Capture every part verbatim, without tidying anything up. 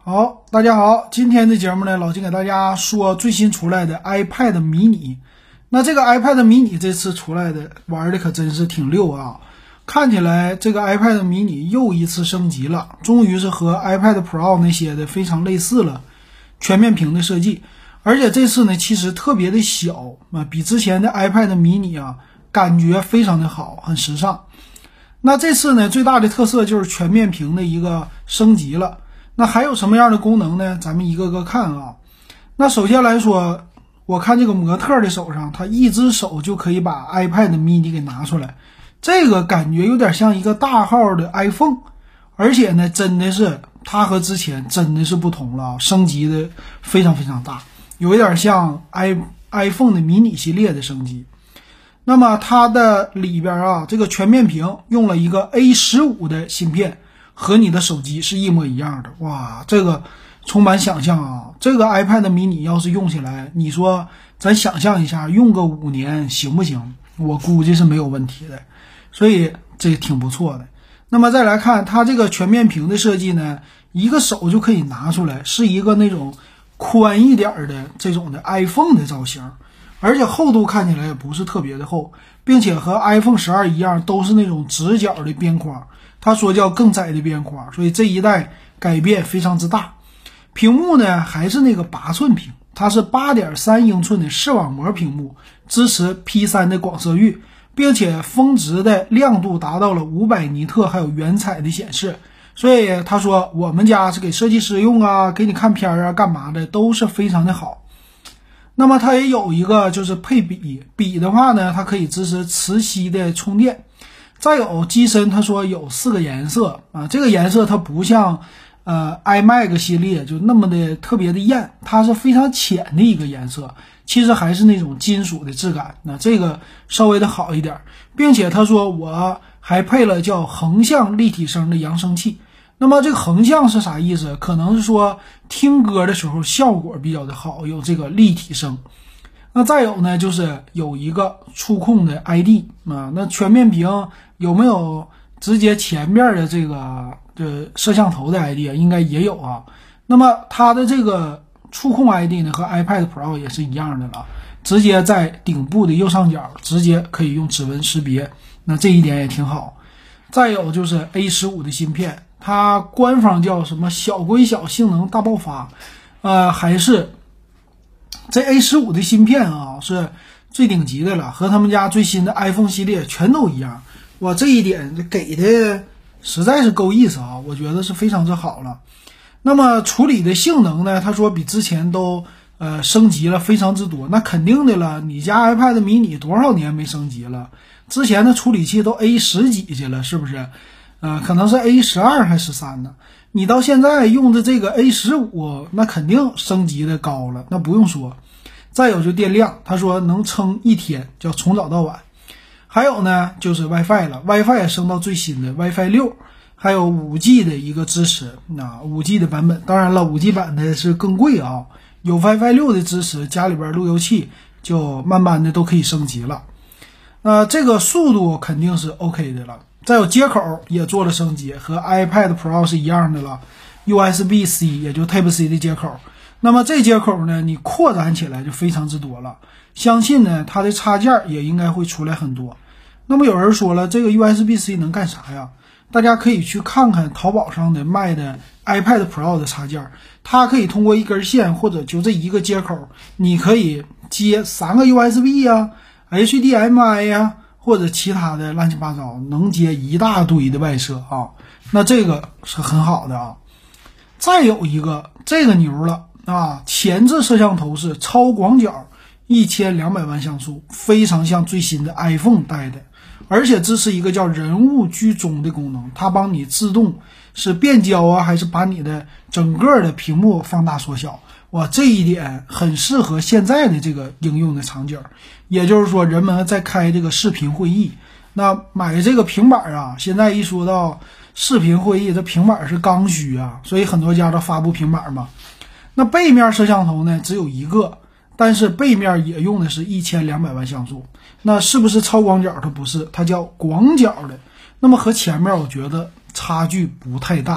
好，大家好，今天的节目呢，老金给大家说最新出来的 iPad mini。那这个 iPad mini 这次出来的玩的可真是挺溜啊！看起来这个 iPad mini 又一次升级了，终于是和 iPad Pro 那些的非常类似了，全面屏的设计。而且这次呢，其实特别的小啊，比之前的 iPad mini 啊，感觉非常的好，很时尚。那这次呢，最大的特色就是全面屏的一个升级了。那还有什么样的功能呢？咱们一个个看啊。那首先来说，我看这个模特的手上，他一只手就可以把 iPad mini 给拿出来，这个感觉有点像一个大号的 iPhone， 而且呢，真的是它和之前真的是不同了，升级的非常非常大，有一点像 i iPhone 的迷你系列的升级。那么它的里边啊，这个全面屏用了一个 A 十五 的芯片，和你的手机是一模一样的。哇，这个充满想象啊！这个 iPad mini 要是用起来，你说咱想象一下，用个五年行不行？我估计是没有问题的，所以这挺不错的。那么再来看它这个全面屏的设计呢，一个手就可以拿出来，是一个那种宽一点的这种的 iPhone 的造型，而且厚度看起来也不是特别的厚，并且和 iPhone 十二一样，都是那种直角的边框。他说叫更窄的边框，所以这一代改变非常之大。屏幕呢还是那个八寸屏，它是 八点三英寸的视网膜屏幕，支持 P 三 的广色域，并且峰值的亮度达到了五百尼特，还有原彩的显示。所以他说我们家是给设计师用啊，给你看片啊，干嘛的都是非常的好。那么它也有一个就是配笔，笔的话呢，它可以支持磁吸的充电。再有机身，他说有四个颜色啊，这个颜色它不像呃 iMac 系列就那么的特别的艳，它是非常浅的一个颜色，其实还是那种金属的质感，那这个稍微的好一点。并且他说我还配了叫横向立体声的扬声器。那么这个横向是啥意思？可能是说听歌的时候效果比较的好，有这个立体声。那再有呢，就是有一个触控的 I D 啊，那全面屏有没有直接前面的这个这摄像头的 I D 啊？应该也有啊。那么它的这个触控 I D 呢，和 iPad Pro 也是一样的了，直接在顶部的右上角直接可以用指纹识别，那这一点也挺好。再有就是 A 十五 的芯片，它官方叫什么小归小，性能大爆发，呃，还是这 A 十五 的芯片啊，是最顶级的了，和他们家最新的 iPhone 系列全都一样。哇，这一点给的实在是够意思啊，我觉得是非常之好了。那么处理的性能呢，他说比之前都呃升级了非常之多，那肯定的了，你家 iPad mini 多少年没升级了？之前的处理器都 A 十几去了，是不是？呃，可能是 A 十二还是十三呢？你到现在用的这个 A 十五，那肯定升级的高了，那不用说。再有就电量，他说能撑一天，叫从早到晚。还有呢，就是 WiFi 了 ，WiFi 也升到最新的 WiFi 六，还有 五 G 的一个支持，那 五 G 的版本，当然了 ，五 G 版的是更贵啊，有 WiFi 六的支持，家里边路由器就慢慢的都可以升级了。呃，这个速度肯定是 OK 的了。再有接口也做了升级，和 iPad Pro 是一样的了 ，U S B C 也就 Type C 的接口。那么这接口呢，你扩展起来就非常之多了，相信呢它的插件也应该会出来很多。那么有人说了，这个 U S B C 能干啥呀？大家可以去看看淘宝上的卖的 iPad Pro 的插件，它可以通过一根线或者就这一个接口，你可以接三个 U S B 呀、H D M I 呀，或者其他的乱七八糟，能接一大堆的外设啊，那这个是很好的啊。再有一个这个牛了啊，前置摄像头是超广角一千两百万像素，非常像最新的 iPhone 带的，而且支持一个叫人物居中的功能，它帮你自动是变焦啊，还是把你的整个的屏幕放大缩小。哇，这一点很适合现在的这个应用的场景，也就是说人们在开这个视频会议，那买这个平板啊，现在一说到视频会议，这平板是刚需啊，所以很多家都发布平板嘛。那背面摄像头呢只有一个，但是背面也用的是一千两百万像素，那是不是超广角？它不是，它叫广角的。那么和前面我觉得差距不太大，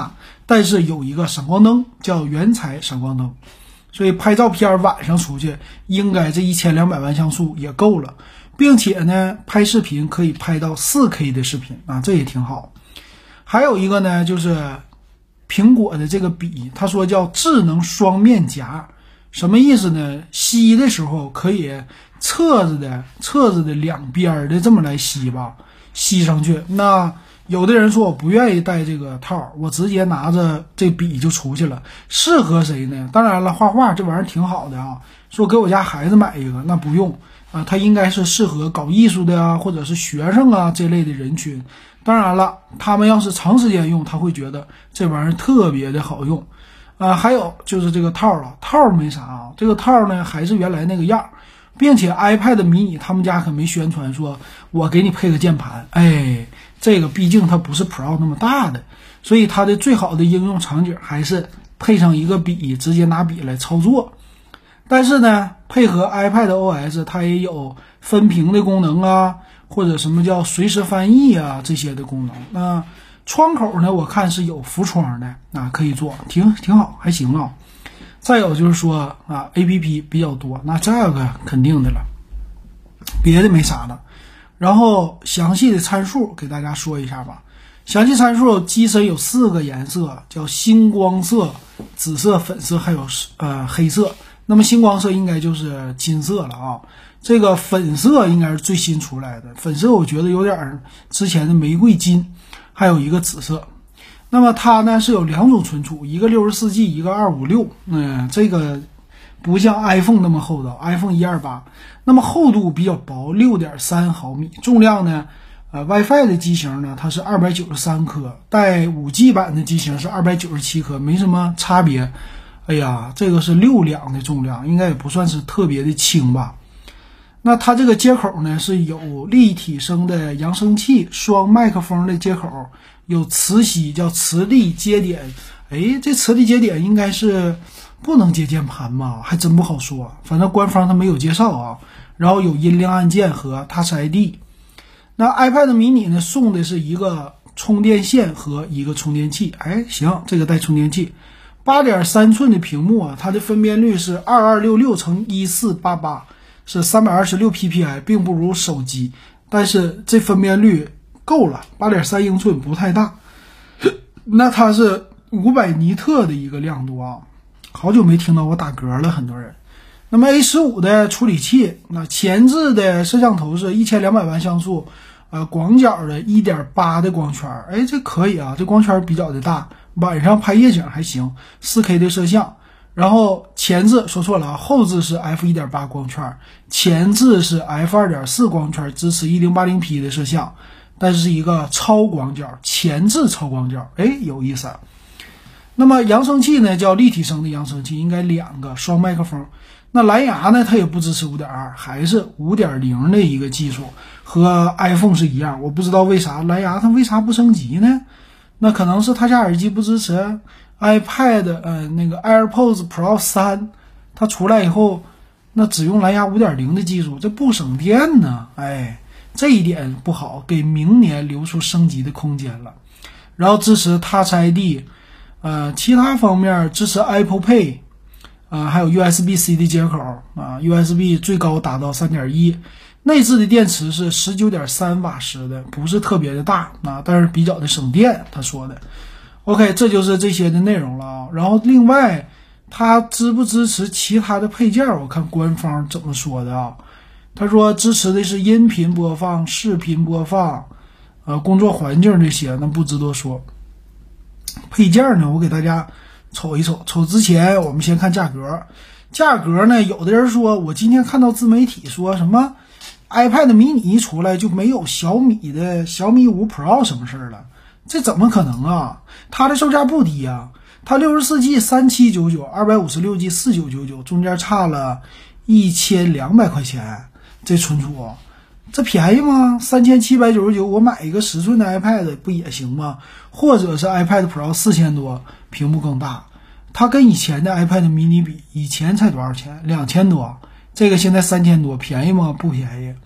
但是有一个闪光灯叫原彩闪光灯，所以拍照片晚上出去应该这一千两百万像素也够了，并且呢拍视频可以拍到 四K 的视频啊，这也挺好。还有一个呢就是苹果的这个笔，他说叫智能双面夹，什么意思呢？吸的时候可以侧着的侧着的两边的这么来吸吧，吸上去。那有的人说我不愿意带这个套，我直接拿着这笔就出去了，适合谁呢？当然了，画画这玩意儿挺好的啊，说给我家孩子买一个，那不用啊，它应该是适合搞艺术的啊，或者是学生啊这类的人群。当然了，他们要是长时间用，他会觉得这玩意儿特别的好用啊。还有就是这个套了，套没啥啊，这个套呢还是原来那个样，并且 iPad mini 他们家可没宣传说我给你配个键盘，哎，这个毕竟它不是 Pro 那么大的，所以它的最好的应用场景还是配上一个笔，直接拿笔来操作。但是呢，配合 iPad O S 它也有分屏的功能啊，或者什么叫随时翻译啊这些的功能。那窗口呢，我看是有浮窗的啊，可以做，挺挺好，还行啊。再有就是说啊 A P P 比较多，那这个肯定的了，别的没啥了。然后详细的参数给大家说一下吧。详细参数，机身有四个颜色，叫星光色、紫色、粉色，还有呃黑色。那么星光色应该就是金色了啊，这个粉色应该是最新出来的，粉色我觉得有点之前的玫瑰金，还有一个紫色。那么它呢是有两种存储，一个 六十四 G， 一个二五六，嗯，这个不像 iPhone 那么厚道 ，iPhone 一二八，那么厚度比较薄 ，六点三毫米，重量呢，呃 ，WiFi 的机型呢它是二百九十三克，带 五 G 版的机型是二百九十七克，没什么差别。哎呀，这个是六两的重量，应该也不算是特别的轻吧。那它这个接口呢是有立体声的扬声器，双麦克风的接口，有磁吸叫磁力接点。哎，这磁力接点应该是不能接键盘吧？还真不好说，反正官方它没有介绍啊。然后有音量按键和 Touch I D。那 iPad mini 呢送的是一个充电线和一个充电器。哎，行，这个带充电器。八点三寸的屏幕啊，它的分辨率是二二六六乘一四八八，是三百二十六 P P I， 并不如手机，但是这分辨率够了， 八点三英寸不太大。那它是五百尼特的一个亮度啊，好久没听到我打嗝了，很多人。那么 A 十五 的处理器，那前置的摄像头是一千两百万像素，呃，广角的 一点八 的光圈，哎，这可以啊，这光圈比较的大。晚上拍夜景还行 ，四K 的摄像，然后前置说错了啊，后置是 F 一点八 光圈，前置是 F 二点四 光圈，支持 一零八零 P 的摄像，但是是一个超广角，前置超广角，哎，有意思啊。那么扬声器呢，叫立体声的扬声器，应该两个双麦克风。那蓝牙呢，它也不支持 五点二， 还是 五点零 的一个技术，和 iPhone 是一样。我不知道为啥蓝牙它为啥不升级呢？那可能是他家耳机不支持 iPad 呃那个 AirPods Pro 三，它出来以后那只用蓝牙 五点零 的技术，这不省电呢，哎，这一点不好，给明年留出升级的空间了。然后支持 Touch I D， 呃其他方面支持 Apple Pay， 呃还有 U S B C 的接口啊 ，U S B 最高达到 三点一。内置的电池是 十九点三瓦时的，不是特别的大啊，但是比较的省电，他说的。OK， 这就是这些的内容了啊。然后另外，它支不支持其他的配件？我看官方怎么说的啊？他说支持的是音频播放、视频播放，呃，工作环境这些，那不值多说。配件呢，我给大家瞅一瞅。瞅之前，我们先看价格。价格呢，有的人说，我今天看到自媒体说什么iPad mini 一出来就没有小米的小米五 Pro 什么事儿了，这怎么可能啊？它的售价不低啊，它 六十四 G 三七九九， 二百五十六 G 四九九九，中间差了一千两百块钱，这存储这便宜吗？三千七百九十九，我买一个十寸的 iPad 不也行吗？或者是 iPad Pro 四千多，屏幕更大，它跟以前的 iPad mini 比，以前才多少钱？两千多，这个现在三千多，便宜吗？不便宜。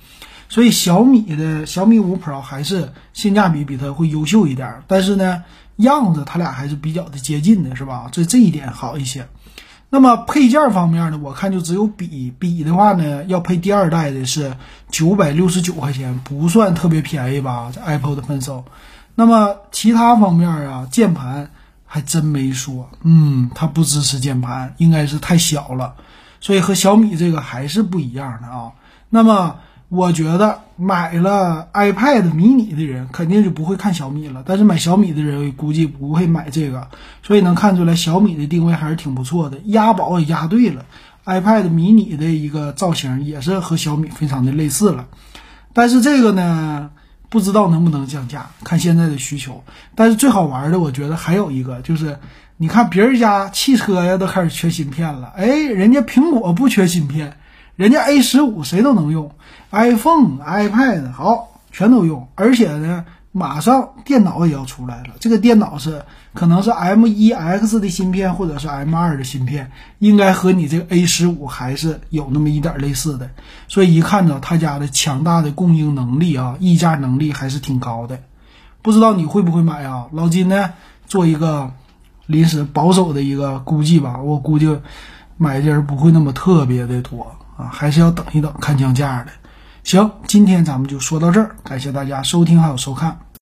所以小米的小米五 Pro 还是性价比比它会优秀一点，但是呢，样子它俩还是比较的接近的，是吧？这这一点好一些。那么配件方面呢，我看就只有笔，笔的话呢，要配第二代的是九百六十九块钱，不算特别便宜吧？这 Apple 的分手。那么其他方面啊，键盘还真没说，嗯，它不支持键盘，应该是太小了，所以和小米这个还是不一样的啊。那么我觉得买了 iPad mini 的人肯定就不会看小米了，但是买小米的人估计不会买这个，所以能看出来小米的定位还是挺不错的，押宝也押对了。iPad mini 的一个造型也是和小米非常的类似了，但是这个呢，不知道能不能降价，看现在的需求。但是最好玩的，我觉得还有一个就是，你看别人家汽车呀都开始缺芯片了，哎，人家苹果不缺芯片。人家 A 十五 谁都能用 ，iPhone、iPad 好全都用，而且呢，马上电脑也要出来了。这个电脑是可能是 M 一 X 的芯片，或者是 M 二 的芯片，应该和你这个 A 十五 还是有那么一点类似的。所以一看着他家的强大的供应能力啊，溢价能力还是挺高的。不知道你会不会买啊？老金呢，做一个临时保守的一个估计吧，我估计买的人不会那么特别的多。啊，还是要等一等看降价的。行，今天咱们就说到这儿，感谢大家收听还有收看。